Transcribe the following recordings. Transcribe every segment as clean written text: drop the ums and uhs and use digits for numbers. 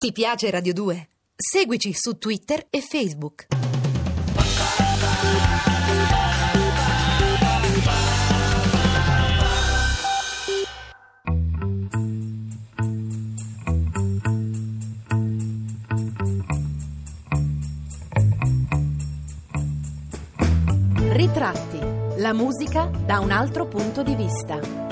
Ti piace Radio 2? Seguici su Twitter e Facebook. Ritratti, la musica da un altro punto di vista.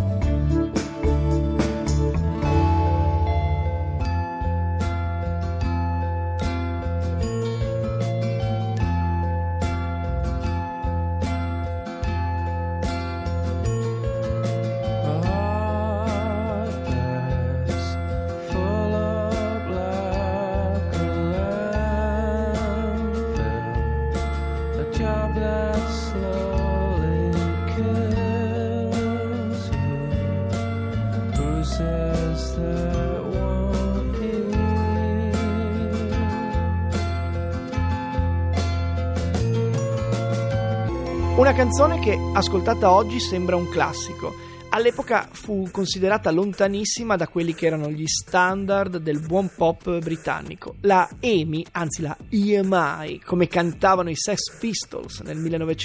Una canzone che, ascoltata oggi, sembra un classico. All'epoca fu considerata lontanissima da quelli che erano gli standard del buon pop britannico. La EMI, anzi la EMI, come cantavano i Sex Pistols nel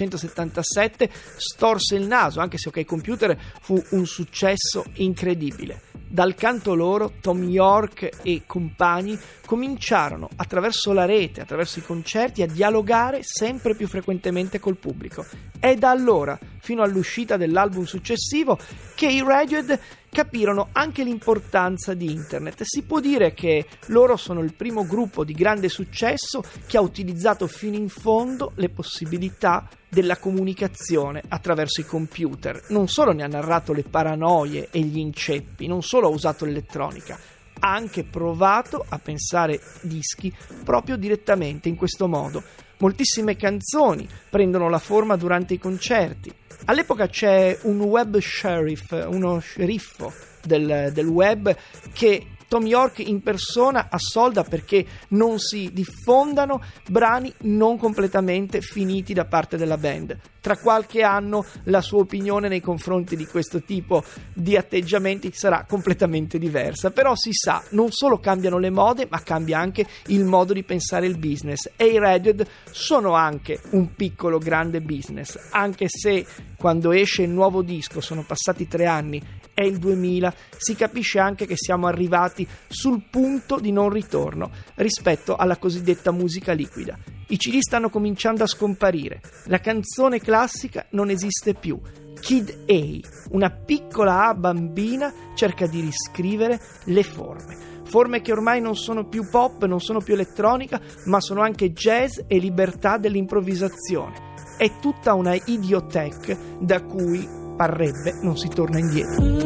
1977, storse il naso, anche se OK Computer fu un successo incredibile. Dal canto loro, Thom Yorke e compagni cominciarono attraverso la rete, attraverso i concerti, a dialogare sempre più frequentemente col pubblico. È da allora, fino all'uscita dell'album successivo, che i Radiohead capirono anche l'importanza di internet. Si può dire che loro sono il primo gruppo di grande successo che ha utilizzato fino in fondo le possibilità della comunicazione attraverso i computer. Non solo ne ha narrato le paranoie e gli inceppi, non solo ha usato l'elettronica, ha anche provato a pensare dischi proprio direttamente in questo modo. Moltissime canzoni prendono la forma durante i concerti. All'epoca c'è un web sheriff, uno sceriffo del web che Thom Yorke in persona assolda perché non si diffondano brani non completamente finiti da parte della band. Tra qualche anno la sua opinione nei confronti di questo tipo di atteggiamenti sarà completamente diversa, però si sa, non solo cambiano le mode, ma cambia anche il modo di pensare il business, e i Radiohead sono anche un piccolo grande business, anche se quando esce il nuovo disco, sono passati 3 anni, è il 2000, si capisce anche che siamo arrivati sul punto di non ritorno rispetto alla cosiddetta musica liquida. I CD stanno cominciando a scomparire, la canzone classica non esiste più. Kid A, una piccola A bambina, cerca di riscrivere le forme che ormai non sono più pop, non sono più elettronica, ma sono anche jazz e libertà dell'improvvisazione. È tutta una idiotech da cui parrebbe non si torna indietro.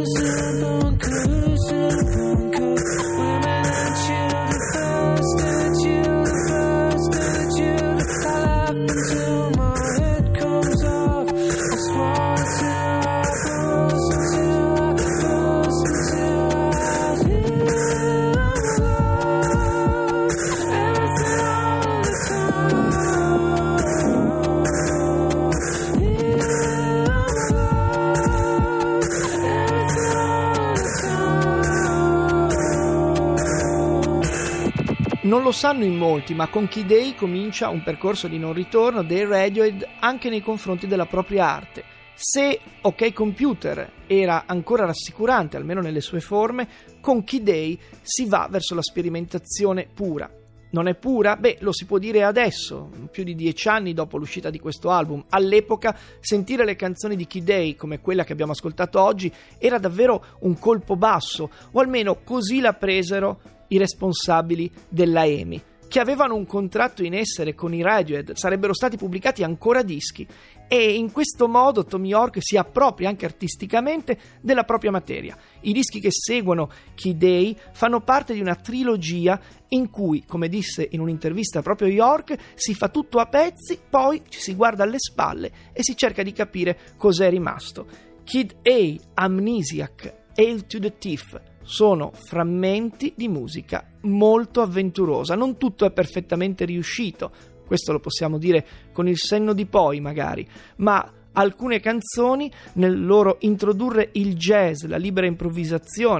Non lo sanno in molti, ma con Kid A comincia un percorso di non ritorno dei Radiohead anche nei confronti della propria arte. Se OK Computer era ancora rassicurante, almeno nelle sue forme, con Kid A si va verso la sperimentazione pura. Non è pura? Beh, lo si può dire adesso, più di 10 anni dopo l'uscita di questo album. All'epoca, sentire le canzoni di Kid A, come quella che abbiamo ascoltato oggi, era davvero un colpo basso, o almeno così la presero i responsabili della EMI, che avevano un contratto in essere con i Radiohead, sarebbero stati pubblicati ancora dischi, e in questo modo Thom Yorke si appropria anche artisticamente della propria materia. I dischi che seguono Kid A fanno parte di una trilogia in cui, come disse in un'intervista proprio Yorke, si fa tutto a pezzi, poi ci si guarda alle spalle e si cerca di capire cos'è rimasto. Kid A, Amnesiac, Hail to the Thief sono frammenti di musica molto avventurosa. Non tutto è perfettamente riuscito, questo lo possiamo dire con il senno di poi magari, ma alcune canzoni nel loro introdurre il jazz, la libera improvvisazione,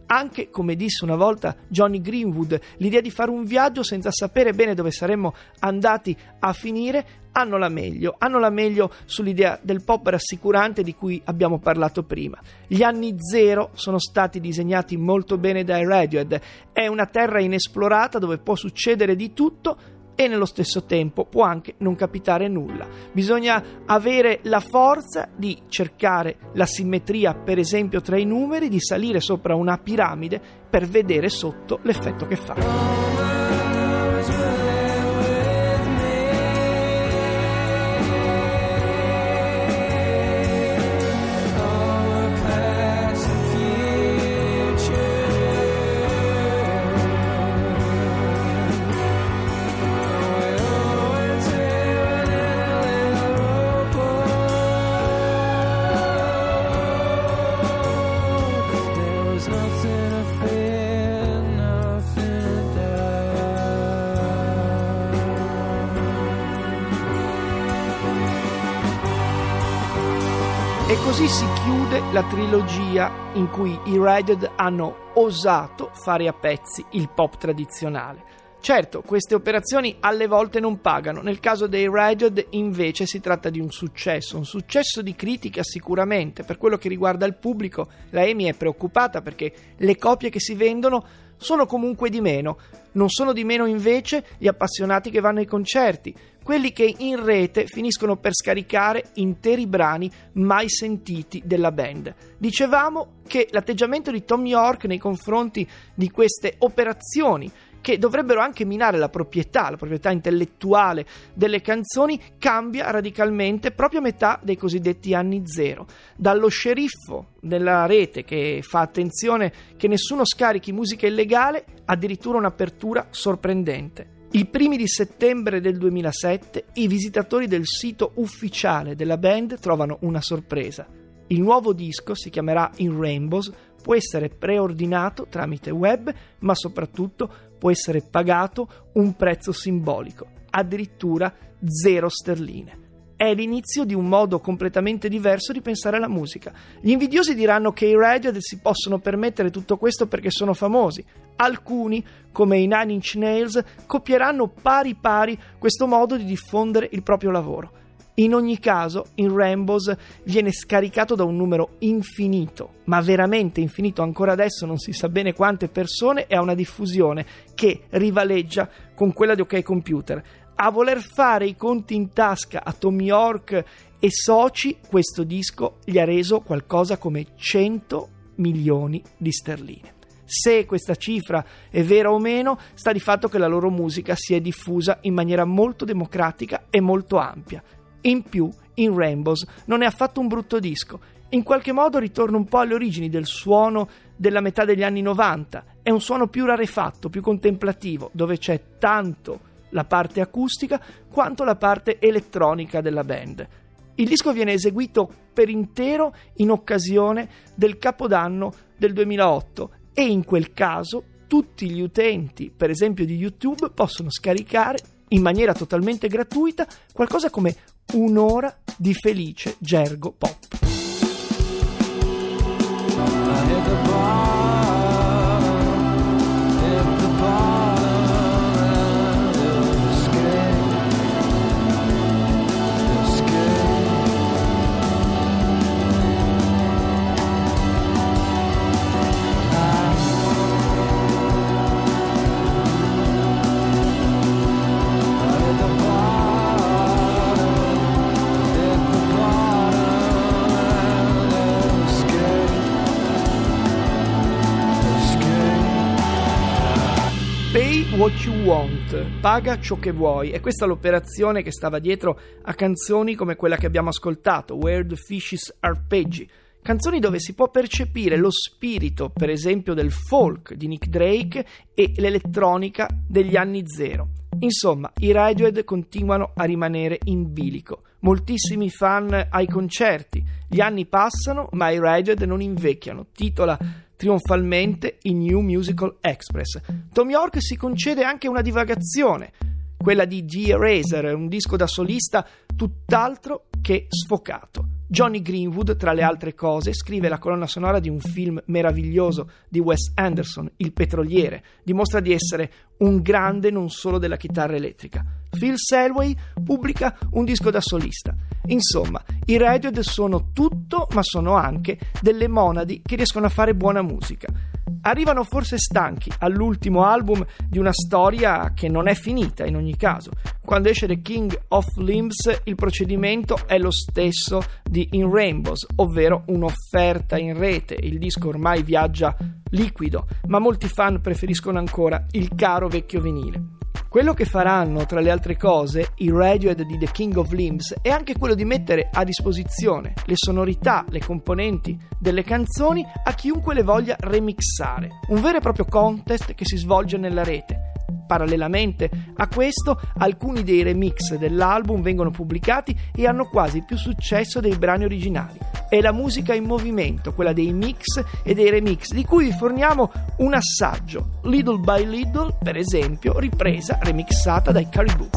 Anche, come disse una volta Johnny Greenwood, l'idea di fare un viaggio senza sapere bene dove saremmo andati a finire hanno la meglio sull'idea del pop rassicurante di cui abbiamo parlato prima. Gli anni zero sono stati disegnati molto bene dai Radiohead, è una terra inesplorata dove può succedere di tutto e nello stesso tempo può anche non capitare nulla. Bisogna avere la forza di cercare la simmetria, per esempio tra i numeri, di salire sopra una piramide per vedere sotto l'effetto che fa. E così si chiude la trilogia in cui i Radiohead hanno osato fare a pezzi il pop tradizionale. Certo, queste operazioni alle volte non pagano. Nel caso dei Radiohead invece si tratta di un successo di critica sicuramente. Per quello che riguarda il pubblico, la EMI è preoccupata perché le copie che si vendono sono comunque di meno. Non sono di meno invece gli appassionati che vanno ai concerti, quelli che in rete finiscono per scaricare interi brani mai sentiti della band. Dicevamo che l'atteggiamento di Thom Yorke nei confronti di queste operazioni, che dovrebbero anche minare la proprietà intellettuale delle canzoni, cambia radicalmente proprio a metà dei cosiddetti anni zero. Dallo sceriffo della rete che fa attenzione che nessuno scarichi musica illegale, addirittura un'apertura sorprendente. I primi di settembre del 2007 i visitatori del sito ufficiale della band trovano una sorpresa. Il nuovo disco si chiamerà In Rainbows, può essere preordinato tramite web, ma soprattutto può essere pagato un prezzo simbolico, addirittura 0 sterline. È l'inizio di un modo completamente diverso di pensare alla musica. Gli invidiosi diranno che i Radiohead si possono permettere tutto questo perché sono famosi. Alcuni, come i Nine Inch Nails, copieranno pari questo modo di diffondere il proprio lavoro. In ogni caso, In Rainbows viene scaricato da un numero infinito, ma veramente infinito, ancora adesso non si sa bene quante persone, e ha una diffusione che rivaleggia con quella di OK Computer. A voler fare i conti in tasca a Thom Yorke e soci, questo disco gli ha reso qualcosa come 100 milioni di sterline. Se questa cifra è vera o meno, sta di fatto che la loro musica si è diffusa in maniera molto democratica e molto ampia. In più, In Rainbows non è affatto un brutto disco. In qualche modo ritorna un po' alle origini del suono della metà degli anni 90. È un suono più rarefatto, più contemplativo, dove c'è tanto la parte acustica quanto la parte elettronica della band. Il disco viene eseguito per intero in occasione del Capodanno del 2008 e in quel caso tutti gli utenti, per esempio di YouTube, possono scaricare in maniera totalmente gratuita qualcosa come un'ora di felice gergo pop. What You Want, paga ciò che vuoi, e questa è l'operazione che stava dietro a canzoni come quella che abbiamo ascoltato, Where the Fishes Arpeggi, canzoni dove si può percepire lo spirito, per esempio, del folk di Nick Drake e l'elettronica degli anni zero. Insomma, i Radiohead continuano a rimanere in bilico, moltissimi fan ai concerti, gli anni passano ma i Radiohead non invecchiano, titola trionfalmente il New Musical Express. Thom Yorke si concede anche una divagazione, quella di The Eraser, un disco da solista tutt'altro che sfocato. Johnny Greenwood, tra le altre cose, scrive la colonna sonora di un film meraviglioso di Wes Anderson, Il petroliere. Dimostra di essere un grande non solo della chitarra elettrica. Phil Selway pubblica un disco da solista. Insomma, i Radiohead sono tutto, ma sono anche delle monadi che riescono a fare buona musica. Arrivano forse stanchi all'ultimo album di una storia che non è finita in ogni caso. Quando esce The King of Limbs il procedimento è lo stesso di In Rainbows, ovvero un'offerta in rete. Il disco ormai viaggia liquido, ma molti fan preferiscono ancora il caro vecchio vinile. Quello che faranno, tra le altre cose, i Radiohead di The King of Limbs è anche quello di mettere a disposizione le sonorità, le componenti delle canzoni a chiunque le voglia remixare. Un vero e proprio contest che si svolge nella rete. Parallelamente a questo, alcuni dei remix dell'album vengono pubblicati e hanno quasi più successo dei brani originali. È la musica in movimento, quella dei mix e dei remix, di cui vi forniamo un assaggio. Little by Little, per esempio, ripresa, remixata dai Caribou.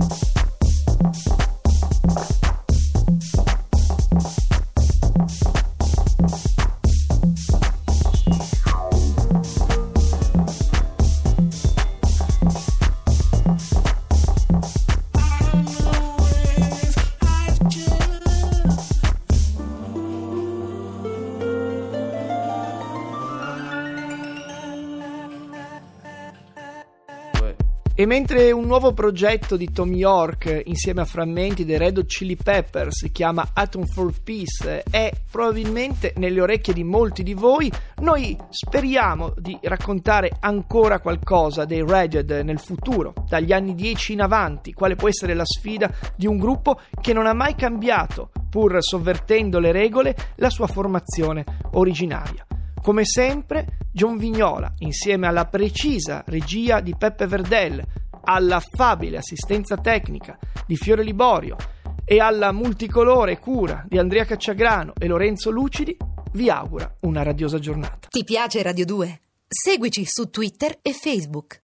E mentre un nuovo progetto di Thom Yorke insieme a frammenti dei Red Hot Chili Peppers si chiama Atom for Peace è probabilmente nelle orecchie di molti di voi, noi speriamo di raccontare ancora qualcosa dei Radiohead nel futuro, dagli anni 10 in avanti, quale può essere la sfida di un gruppo che non ha mai cambiato, pur sovvertendo le regole, la sua formazione originaria. Come sempre, John Vignola, insieme alla precisa regia di Peppe Verdell, all'affabile assistenza tecnica di Fiore Liborio e alla multicolore cura di Andrea Cacciagrano e Lorenzo Lucidi, vi augura una radiosa giornata. Ti piace Radio 2? Seguici su Twitter e Facebook.